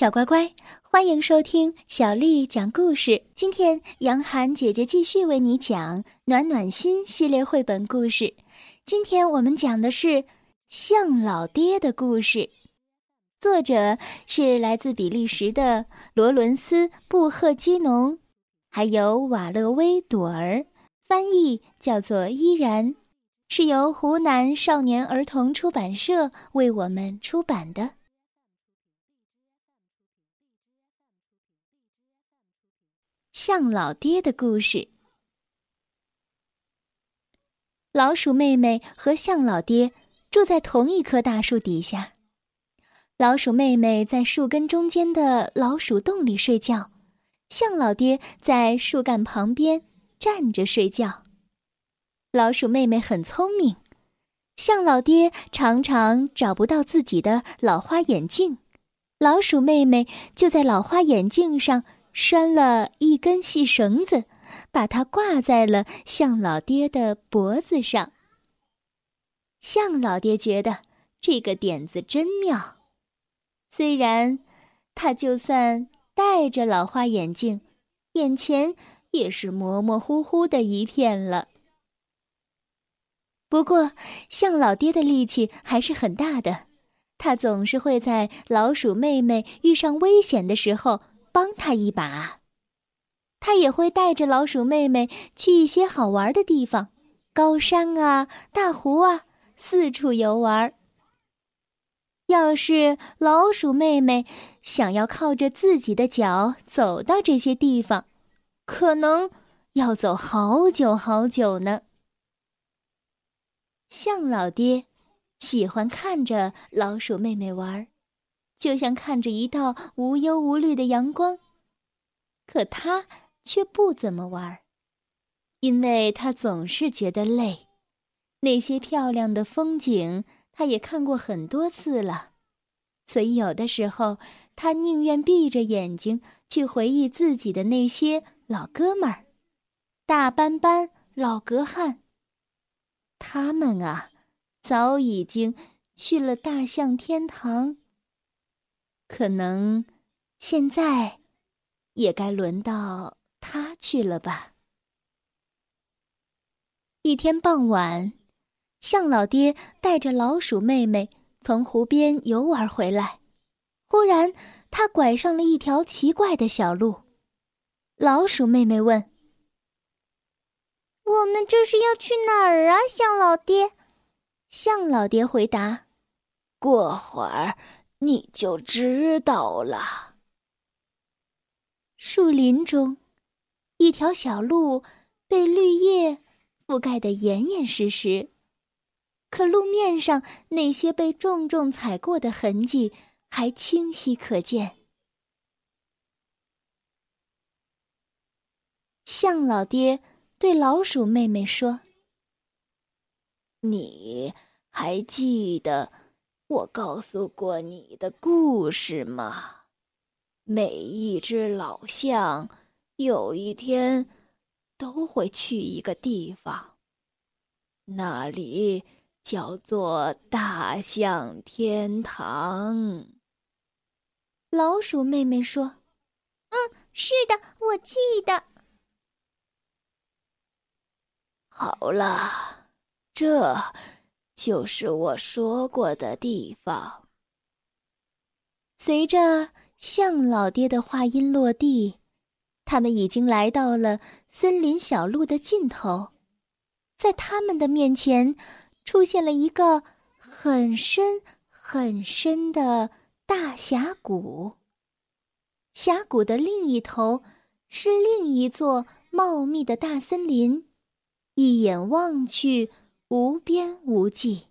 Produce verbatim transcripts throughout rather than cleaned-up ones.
小乖乖，欢迎收听小丽讲故事。今天杨涵姐姐继续为你讲暖暖心系列绘本故事。今天我们讲的是象老爹的故事，作者是来自比利时的罗伦斯·布赫基农，还有瓦勒威朵儿，翻译叫做依然，是由湖南少年儿童出版社为我们出版的。象老爹的故事。老鼠妹妹和象老爹住在同一棵大树底下。老鼠妹妹在树根中间的老鼠洞里睡觉，象老爹在树干旁边站着睡觉。老鼠妹妹很聪明，象老爹常常找不到自己的老花眼镜，老鼠妹妹就在老花眼镜上拴了一根细绳子，把它挂在了象老爹的脖子上。象老爹觉得这个点子真妙，虽然他就算戴着老花眼镜，眼前也是模模糊糊的一片了。不过象老爹的力气还是很大的，他总是会在老鼠妹妹遇上危险的时候帮她一把。他也会带着老鼠妹妹去一些好玩的地方，高山啊，大湖啊，四处游玩。要是老鼠妹妹想要靠着自己的脚走到这些地方，可能要走好久好久呢。象老爹喜欢看着老鼠妹妹玩，就像看着一道无忧无虑的阳光。可他却不怎么玩，因为他总是觉得累。那些漂亮的风景他也看过很多次了，所以有的时候他宁愿闭着眼睛去回忆自己的那些老哥们儿，大斑斑、老格汉。他们啊，早已经去了大象天堂，可能现在也该轮到他去了吧。一天傍晚，象老爹带着老鼠妹妹从湖边游玩回来，忽然他拐上了一条奇怪的小路。老鼠妹妹问： 我们这是要去哪儿啊，象老爹？ 象老爹回答： 过会儿你就知道了。 树林中，一条小路被绿叶覆盖得严严实实，可路面上那些被重重踩过的痕迹还清晰可见。象老爹对老鼠妹妹说： 你还记得我告诉过你的故事吗？每一只老象有一天都会去一个地方，那里叫做大象天堂。 老鼠妹妹说： 嗯，是的，我记得。 好了，这就是我说过的地方。 随着象老爹的话音落地，他们已经来到了森林小路的尽头。在他们的面前出现了一个很深很深的大峡谷，峡谷的另一头是另一座茂密的大森林，一眼望去无边无际。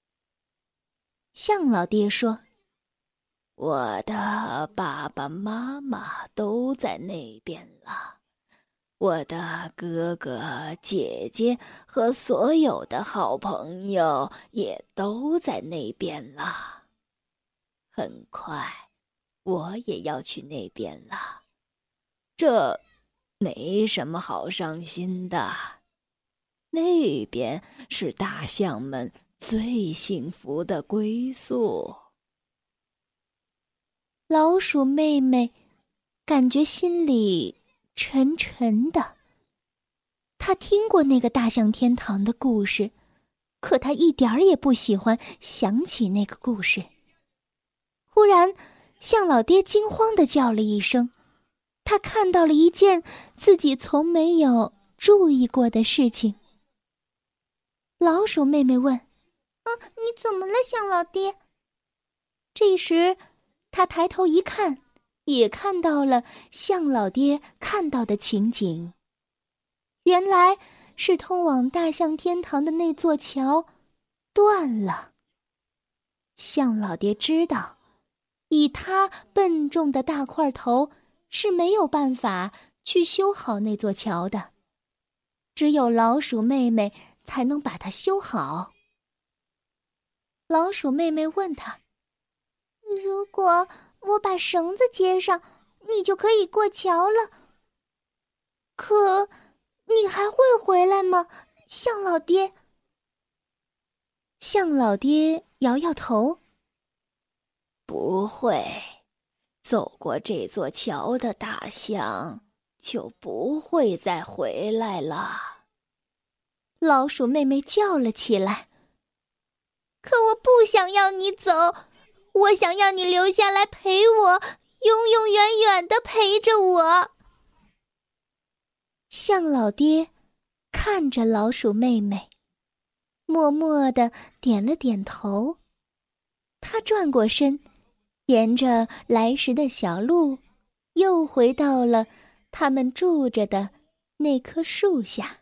象老爹说： 我的爸爸妈妈都在那边了，我的哥哥姐姐和所有的好朋友也都在那边了。很快我也要去那边了，这没什么好伤心的。那边是大象们最幸福的归宿。 老鼠妹妹感觉心里沉沉的。她听过那个大象天堂的故事，可她一点儿也不喜欢想起那个故事。忽然，象老爹惊慌地叫了一声，他看到了一件自己从没有注意过的事情。老鼠妹妹问： 啊，你怎么了，象老爹？ 这时，他抬头一看，也看到了象老爹看到的情景。原来是通往大象天堂的那座桥断了。象老爹知道，以他笨重的大块头是没有办法去修好那座桥的，只有老鼠妹妹才能把它修好。老鼠妹妹问他： 如果我把绳子接上，你就可以过桥了。可你还会回来吗，象老爹？ 象老爹摇摇头： 不会，走过这座桥的大象就不会再回来了。 老鼠妹妹叫了起来： 可我不想要你走，我想要你留下来陪我，永永远远地陪着我。 象老爹看着老鼠妹妹，默默地点了点头。他转过身，沿着来时的小路，又回到了他们住着的那棵树下。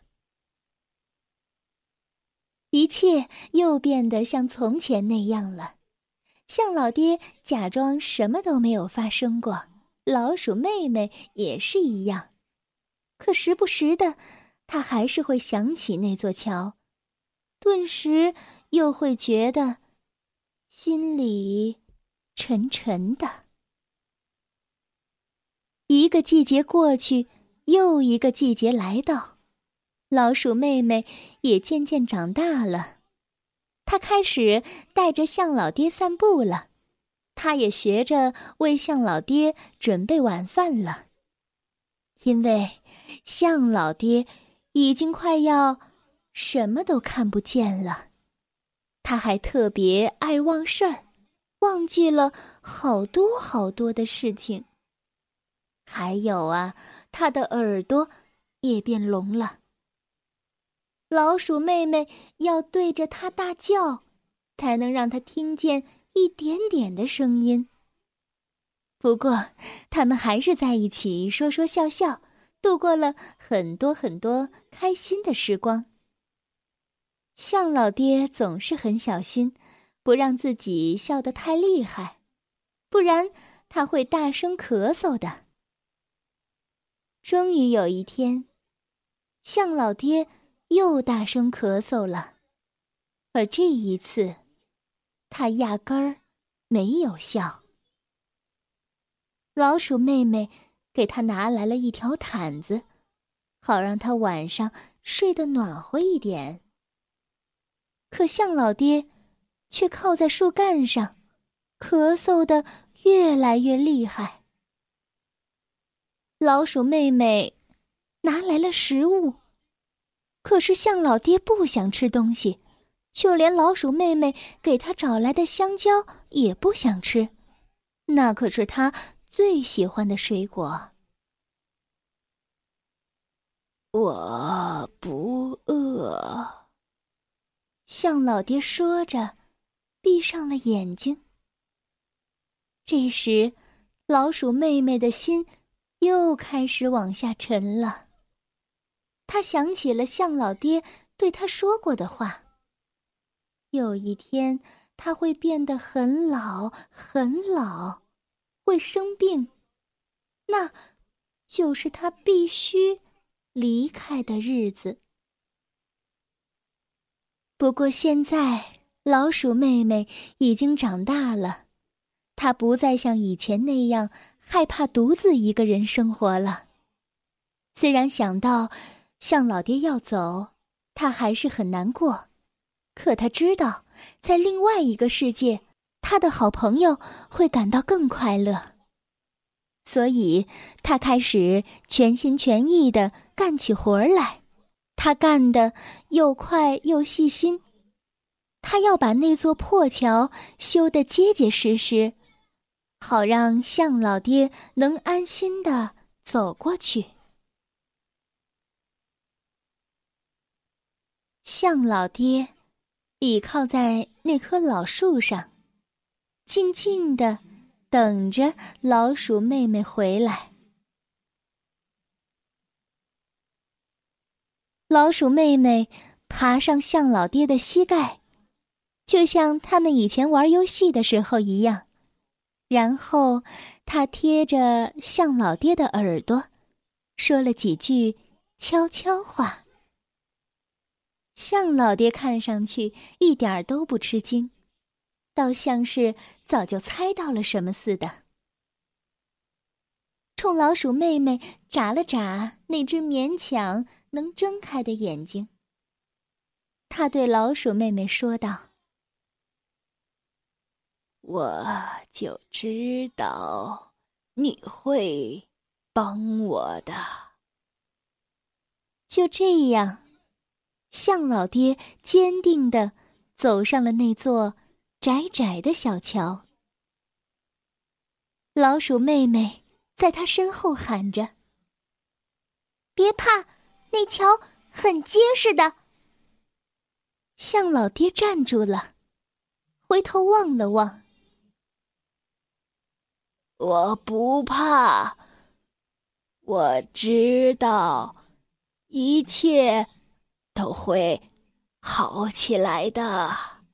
一切又变得像从前那样了。象老爹假装什么都没有发生过，老鼠妹妹也是一样。可时不时的，他还是会想起那座桥，顿时又会觉得心里沉沉的。一个季节过去，又一个季节来到，老鼠妹妹也渐渐长大了。她开始带着象老爹散步了，她也学着为象老爹准备晚饭了。因为象老爹已经快要什么都看不见了，他还特别爱忘事儿，忘记了好多好多的事情。还有啊，他的耳朵也变聋了。老鼠妹妹要对着他大叫，才能让他听见一点点的声音。不过，他们还是在一起说说笑笑，度过了很多很多开心的时光。象老爹总是很小心，不让自己笑得太厉害，不然他会大声咳嗽的。终于有一天，象老爹又大声咳嗽了，而这一次，他压根儿没有笑。老鼠妹妹给他拿来了一条毯子，好让他晚上睡得暖和一点。可象老爹却靠在树干上，咳嗽得越来越厉害。老鼠妹妹拿来了食物，可是象老爹不想吃东西，就连老鼠妹妹给他找来的香蕉也不想吃，那可是他最喜欢的水果。 我不饿， 象老爹说着，闭上了眼睛。这时，老鼠妹妹的心又开始往下沉了。她想起了象老爹对她说过的话：有一天，她会变得很老很老，会生病，那就是她必须离开的日子。不过现在，老鼠妹妹已经长大了，她不再像以前那样害怕独自一个人生活了。虽然想到象老爹要走，她还是很难过，可她知道，在另外一个世界，她的好朋友会感到更快乐。 所以他开始全心全意地干起活来。他干得又快又细心，他要把那座破桥修得结结实实，好让象老爹能安心地走过去。象老爹倚靠在那棵老树上，静静地等着老鼠妹妹回来。老鼠妹妹爬上象老爹的膝盖，就像他们以前玩游戏的时候一样，然后她贴着象老爹的耳朵，说了几句悄悄话。象老爹看上去一点儿都不吃惊，倒像是早就猜到了什么似的。冲老鼠妹妹眨了眨那只勉强能睁开的眼睛，他对老鼠妹妹说道： 我就知道你会帮我的。 就这样，象老爹坚定地走上了那座窄窄的小桥。老鼠妹妹在他身后喊着： 别怕，那桥很结实的。 象老爹站住了，回头望了望。 我不怕，我知道一切都会好起来的。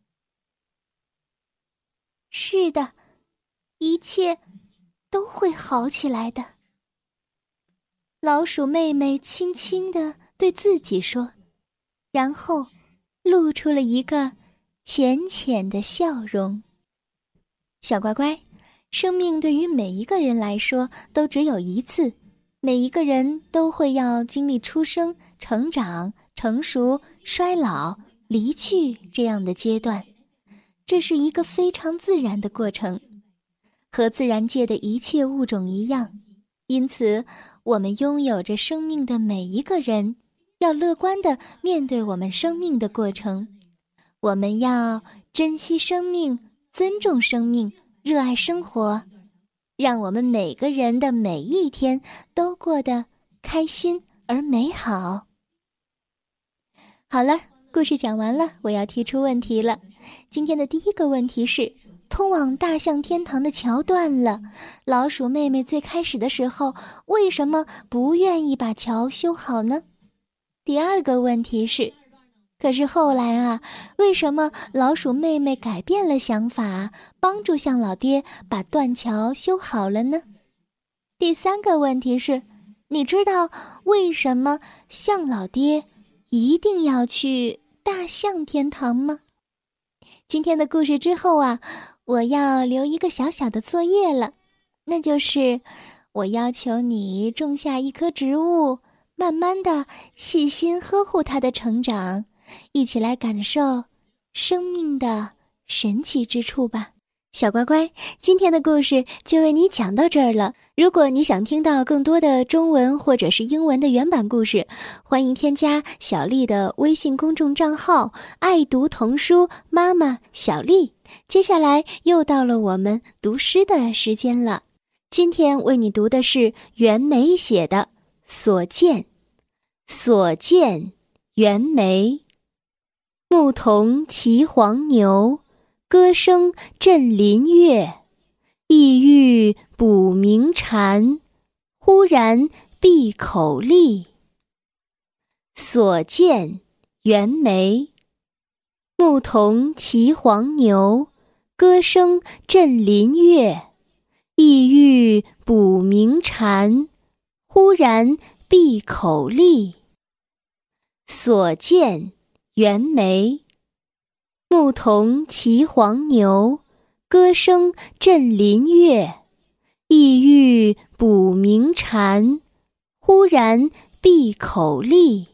是的，一切都会好起来的。老鼠妹妹轻轻地对自己说，然后露出了一个浅浅的笑容。小乖乖，生命对于每一个人来说都只有一次，每一个人都会要经历出生、成长、成熟、衰老、离去这样的阶段，这是一个非常自然的过程，和自然界的一切物种一样。因此，我们拥有着生命的每一个人，要乐观地面对我们生命的过程。我们要珍惜生命，尊重生命，热爱生活，让我们每个人的每一天都过得开心而美好。好了，故事讲完了，我要提出问题了。今天的第一个问题是，通往大象天堂的桥断了，老鼠妹妹最开始的时候为什么不愿意把桥修好呢？第二个问题是，可是后来啊，为什么老鼠妹妹改变了想法，帮助象老爹把断桥修好了呢？第三个问题是，你知道为什么象老爹一定要去大象天堂吗？今天的故事之后啊，我要留一个小小的作业了，那就是我要求你种下一棵植物，慢慢的细心呵护它的成长，一起来感受生命的神奇之处吧。小乖乖，今天的故事就为你讲到这儿了。如果你想听到更多的中文或者是英文的原版故事，欢迎添加小丽的微信公众账号爱读童书妈妈小丽。接下来又到了我们读诗的时间了，今天为你读的是袁枚写的《所见》。所见，袁枚。牧童骑黄牛，歌声振林樾。意欲捕鸣蝉，忽然闭口立。所见，袁枚。牧童骑黄牛，歌声振林樾。意欲捕鸣蝉，忽然闭口立。所见，袁枚。牧童骑黄牛，歌声振林樾。意欲捕鸣蝉，忽然闭口立。